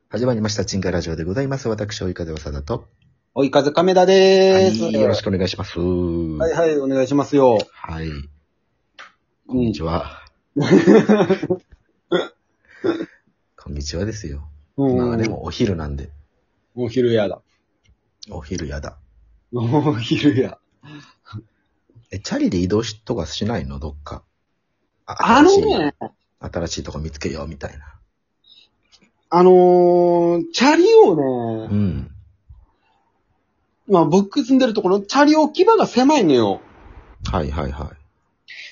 始まりました、チンカラジオでございます。私、追い風長田と。 追い風亀田でーす。 はい、よろしくお願いします。 はいはい、お願いしますよ。 はい。こんにちは。こんにちはですよ。まあでも、お昼なんで。 お昼やだ。 お昼やだ。 お昼や。 チャリで移動とかしないのどっか。 ね、 新しいとこ見つけようみたいな。 チャリをね、まあ僕住んでるところ、チャリ置き場が狭いのよ。 はいはいはい。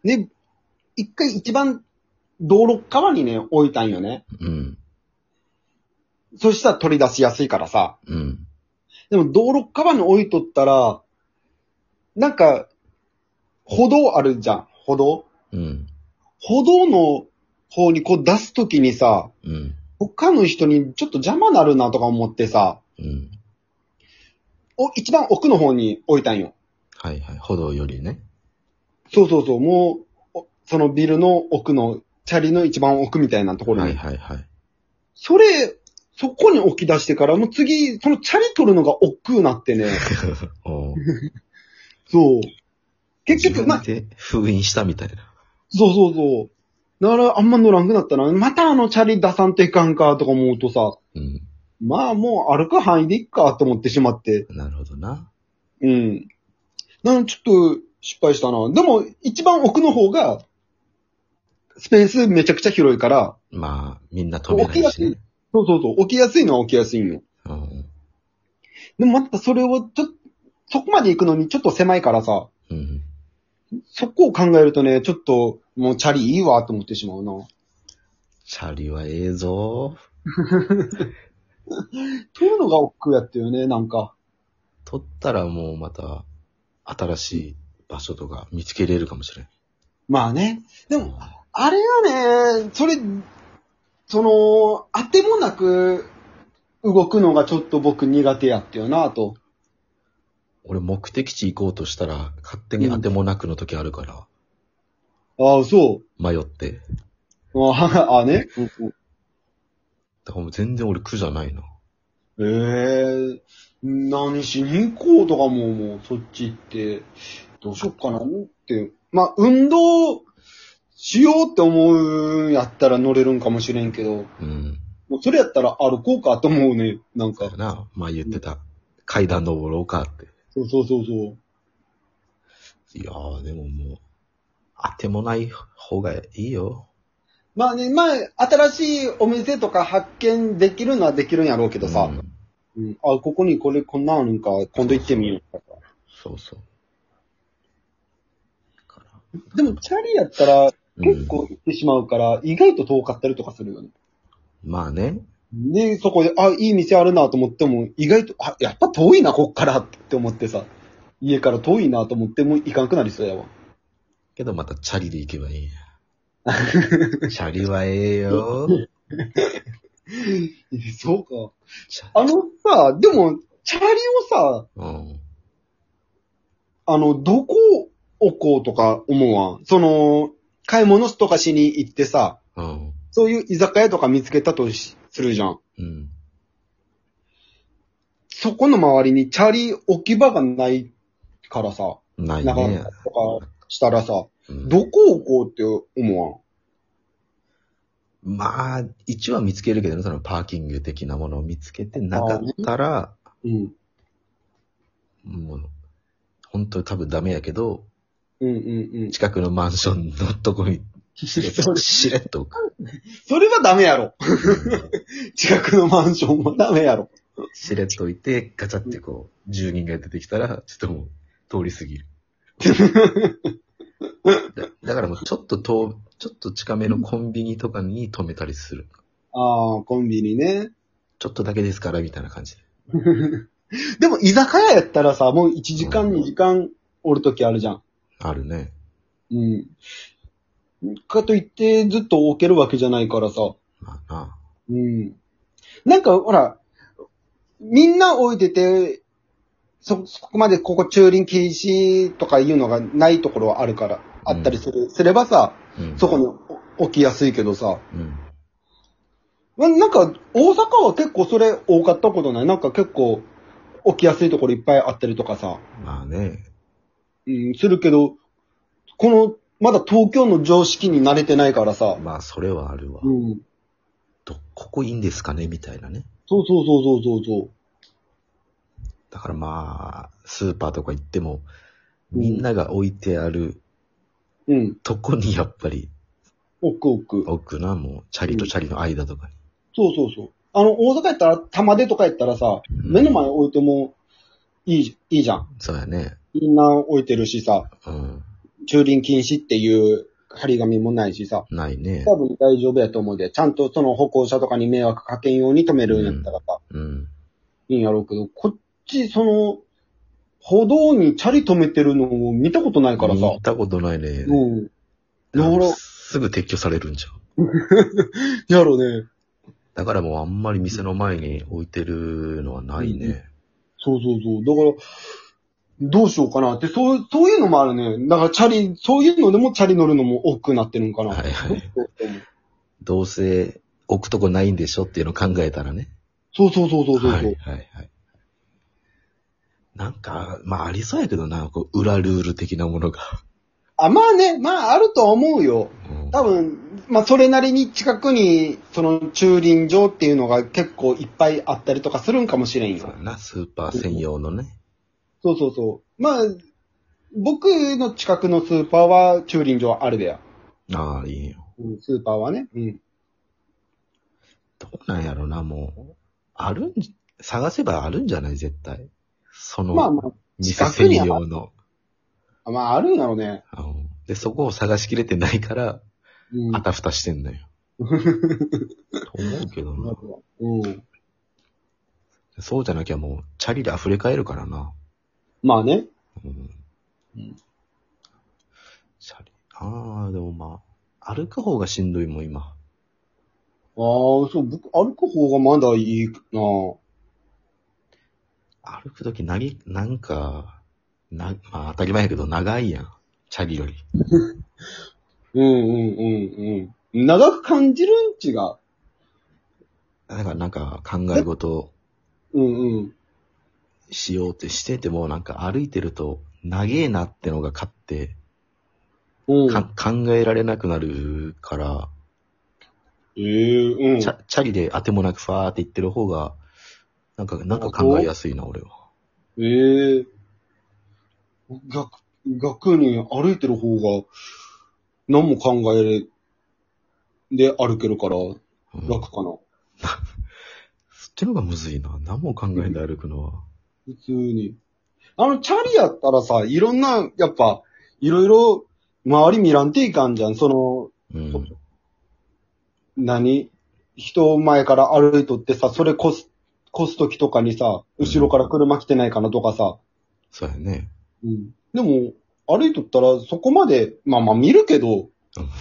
で、一回一番道路側にね、置いたんよね。そしたら取り出しやすいからさ。でも道路側に置いとったら、なんか、歩道あるじゃん。歩道歩道の方にこう出すときにさ、他の人にちょっと邪魔なるなとか思ってさ、一番奥の方に置いたんよ。 はいはい。歩道よりね。 そう、もう、そのビルの奥の、チャリの一番奥みたいなところに。 はいはいはい。 そこに置き出してから、もう次、そのチャリ取るのが億劫なってね。そう。結局、 封印したみたいな。 そう。だからあんま乗らんくなったな。またチャリ出さんといかんかとか思うとさ。まあもう歩く範囲でいっかと思ってしまって。 なるほどな。 なんちょっと失敗したな。でも一番奥の方が、スペースめちゃくちゃ広いから。 まあ、みんな飛べないし、ね。 そう。置きやすいのは置きやすいんよ。でもまたそれをそこまで行くのにちょっと狭いからさ。そこを考えるとね、ちょっともうチャリいいわと思ってしまうな。 チャリはええぞというのが億劫やったよね、なんか。 取ったらもうまた新しい場所とか見つけれるかもしれん。 まあね。でも、あれはね、当てもなく動くのがちょっと僕苦手やったよなと。 俺目的地行こうとしたら勝手に当てもなくの時あるから。 ああ、そう。 迷って。 ああね。 だからもう全然俺苦じゃないな。 何しに行こうとかもうそっち行って、どうしよっかなって。まあ、運動しようって思うんやったら乗れるんかもしれんけど。もうそれやったら歩こうかと思うね。なんか。 まあ言ってた。階段登ろうかって。 そう。 いやー、でももう、当てもない方がいいよ。 まあね、新しいお店とか発見できるのはできるんやろうけどさ。ここにこんなのあるんか、今度行ってみようとか。 そう。 でも、チャリやったら結構行ってしまうから、意外と遠かったりとかするよね。 まあね。 で、そこで、いい店あるなと思っても、意外と、やっぱ遠いな、こっからって思ってさ。家から遠いなと思っても行かんくなりそうやわ。 けどまたチャリで行けばいいや。チャリはええよ。 そうか。さ、でも、チャリをさ、どこ置こうとか思うわ。買い物とかしに行ってさ、そういう居酒屋とか見つけたとするじゃん。そこの周りにチャリ置き場がないからさ、 ないね。 とかしたらさ、どこ置こうって思わん。 まあ、一応は見つけるけどね、そのパーキング的なものを見つけてなかったら、もう、本当に多分ダメやけど、近くのマンションのとこに、しれっと。 それはダメやろ。近くのマンションはダメやろ。 しれっといて、ガチャってこう、住人が出てきたら、ちょっともう、通り過ぎる。だからもうちょっと近めのコンビニとかに止めたりする。 コンビニね。 ちょっとだけですから、みたいな感じで。 でも、居酒屋やったらさ、もう1時間、2時間おるときあるじゃん。 あるね。 かといって、ずっと置けるわけじゃないからさ。 まあな。 なんか、ほら、みんな置いてて、そこまでここ駐輪禁止とかいうのがないところはあるから、あったりすればさ、そこに置きやすいけどさ、 なんか、大阪は結構それ多かったことない？なんか結構、起きやすいところいっぱいあったりとかさ。 まあね。 うん、するけど、まだ東京の常識に慣れてないからさ。 まあ、それはあるわ。 うん。 ここいいんですかねみたいなね。 そうそうそうそうそう。 だからまあ、スーパーとか行っても、みんなが置いてある、 うん。 とこにやっぱり、 置くな、もう、チャリとチャリの間とかに。 そうそうそう。大阪やったら、玉出とかやったらさ、目の前置いてもいいじゃん。 そうやね。 みんな置いてるしさ、 うん。 駐輪禁止っていう張り紙もないしさ、 ないね。 多分大丈夫やと思うで、ちゃんとその歩行者とかに迷惑かけんように止めるんやったらさ、いいんやろうけど、こっち、歩道にチャリ止めてるのを見たことないからさ。 見たことないね。 うん。 だからすぐ撤去されるんじゃん。 やろね。 だからもうあんまり店の前に置いてるのはないね。 そうそうそう。だから、どうしようかなって、そういうのもあるね。だからそういうのでもチャリ乗るのも多くなってるんかな。 はいはい。どうせ置くとこないんでしょっていうのを考えたらね。 そうそうそうそうそう。はいはいはい。なんか、まあありそうやけどな、裏ルール的なものが。 まあね、まああると思うよ。多分、まあそれなりに近くに、駐輪場っていうのが結構いっぱいあったりとかするんかもしれんよ。 そうやな、スーパー専用のね。 そうそうそう。まあ、僕の近くのスーパーは駐輪場あるでや。 ああ、いいよ。 スーパーはね。うん。 どうなんやろな、もう。探せばあるんじゃない絶対。 まあまあ、 店専用の。 まあ、あるんやろね。 で、そこを探しきれてないから、あたふたしてんのよ。と思うけどな。 うん。 そうじゃなきゃもう、チャリで溢れ返るからな。 まあね。 チャリ。でもまあ、歩く方がしんどいもん、今。 そう、僕、歩く方がまだいいな。 歩くときなんか、まあ当たり前やけど長いやん。チャリより。 長く感じるん違う。 だからなんか考え事しようってしててもなんか歩いてると長えなってのが勝って、考えられなくなるから、チャリで当てもなくファーって言ってる方が、なんか考えやすいな、俺は。 逆に歩いてる方が何も考えれで歩けるから楽かな。 そっちの方がむずいな。何も考えて歩くのは。 普通に。チャリやったらさ、いろんな、やっぱ、いろいろ周り見らんていかんじゃん。人前から歩いとってさ、それ越す時とかにさ、後ろから車来てないかなとかさ。 そうやね。 でも、歩いとったらそこまで、まあまあ見るけど、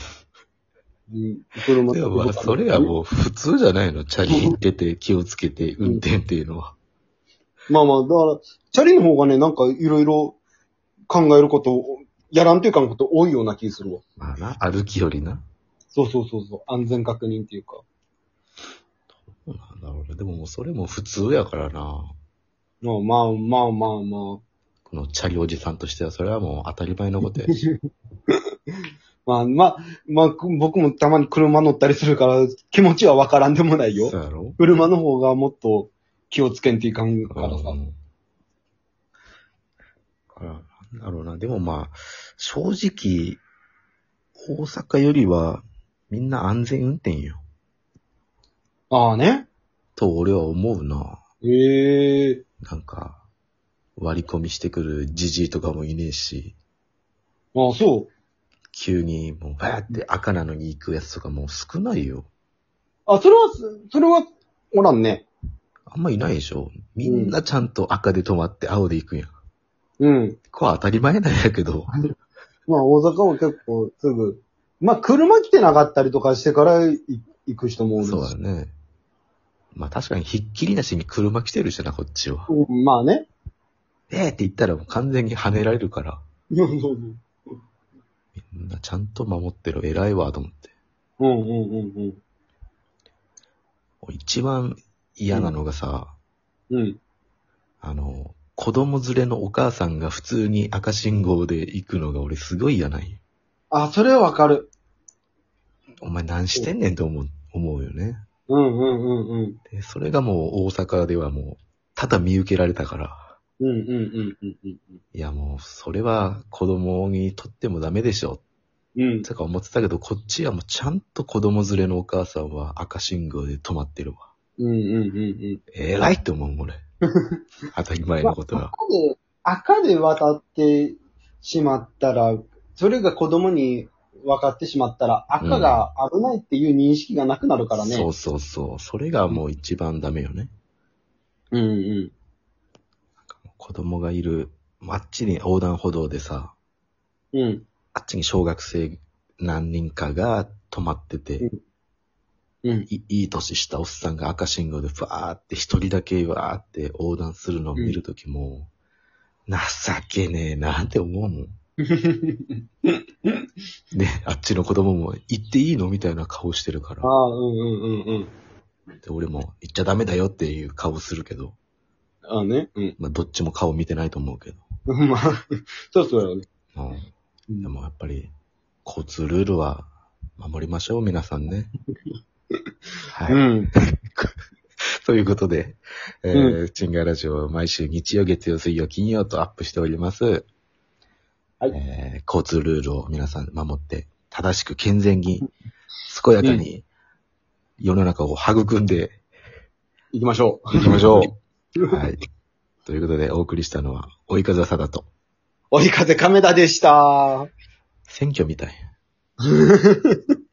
でもまあ、それはもう普通じゃないの。チャリ行ってて気をつけて運転っていうのは。 まあまあ、だから、チャリの方がね、なんかいろいろ考えること、やらんというかのこと多いような気するわ。 まあな、歩きよりな。 そう。安全確認っていうか。 そうなんだろうね。でももうそれも普通やからな。 まあ。 このチャリおじさんとしてはそれはもう当たり前のことやし。 まあ、僕もたまに車乗ったりするから気持ちはわからんでもないよ。 そうやろ？ 車の方がもっと気をつけんといかんからさ。 なんだろうな。でもまあ、正直、大阪よりはみんな安全運転よ。 ああね。 と俺は思うな。なんか、割り込みしてくるジジイとかもいねえし。 ああ、そう。 急にもうバーって赤なのに行くやつとかもう少ないよ。 それは、おらんね。 あんまいないでしょ。みんなちゃんと赤で止まって青で行くやん。これ当たり前なんやけど。 まあ大阪は結構すぐ、まあ車来てなかったりとかしてから行く人もおるし。 そうだね。まあ確かにひっきりなしに車来てるしな、こっちは。 まあね。 って言ったらもう完全に跳ねられるから。みんなちゃんと守ってる。偉いわ、と思って。 一番嫌なのがさ、 うん。 子供連れのお母さんが普通に赤信号で行くのが俺すごい嫌なんよ。 あ、それはわかる。 お前何してんねんと思うよね。 うんうんうんうん。 で、それがもう大阪ではもう、ただ見受けられたから。 うんうんうんうんうん。 いやもう、それは子供にとってもダメでしょ。 うん。 とか思ってたけど、こっちはもうちゃんと子供連れのお母さんは赤信号で止まってるわ。 うんうんうんうん。 偉いって思う、俺。当たり前のことは。 赤で渡ってしまったら、それが子供に分かってしまったら、赤が危ないっていう認識がなくなるからね。 そうそうそう。それがもう一番ダメよね。 うんうん。 子供がいる、あっちに横断歩道でさ、 うん。 あっちに小学生何人かが止まってて、 うん。 いい年したおっさんが赤信号でふわーって一人だけわーって横断するのを見るときも、情けねえなって思うもん。ね、あっちの子供も行っていいのみたいな顔してるから。 ああ、うんうんうんうん。 で、俺も行っちゃダメだよっていう顔するけど。 ああね。うん。 まあ、どっちも顔見てないと思うけど。 まあ、そうそうだね。 うん。でもやっぱり、交通ルールは守りましょう、皆さんね。はい。 うん。 ということで、チンガラジオを毎週日曜、月曜、水曜、金曜とアップしております。はい。交通ルールを皆さん守って、正しく健全に、健やかに、世の中を育んで、 行きましょう。行きましょう。はい。ということで、お送りしたのは、追い風さだと。 追い風亀田でした。 選挙みたい。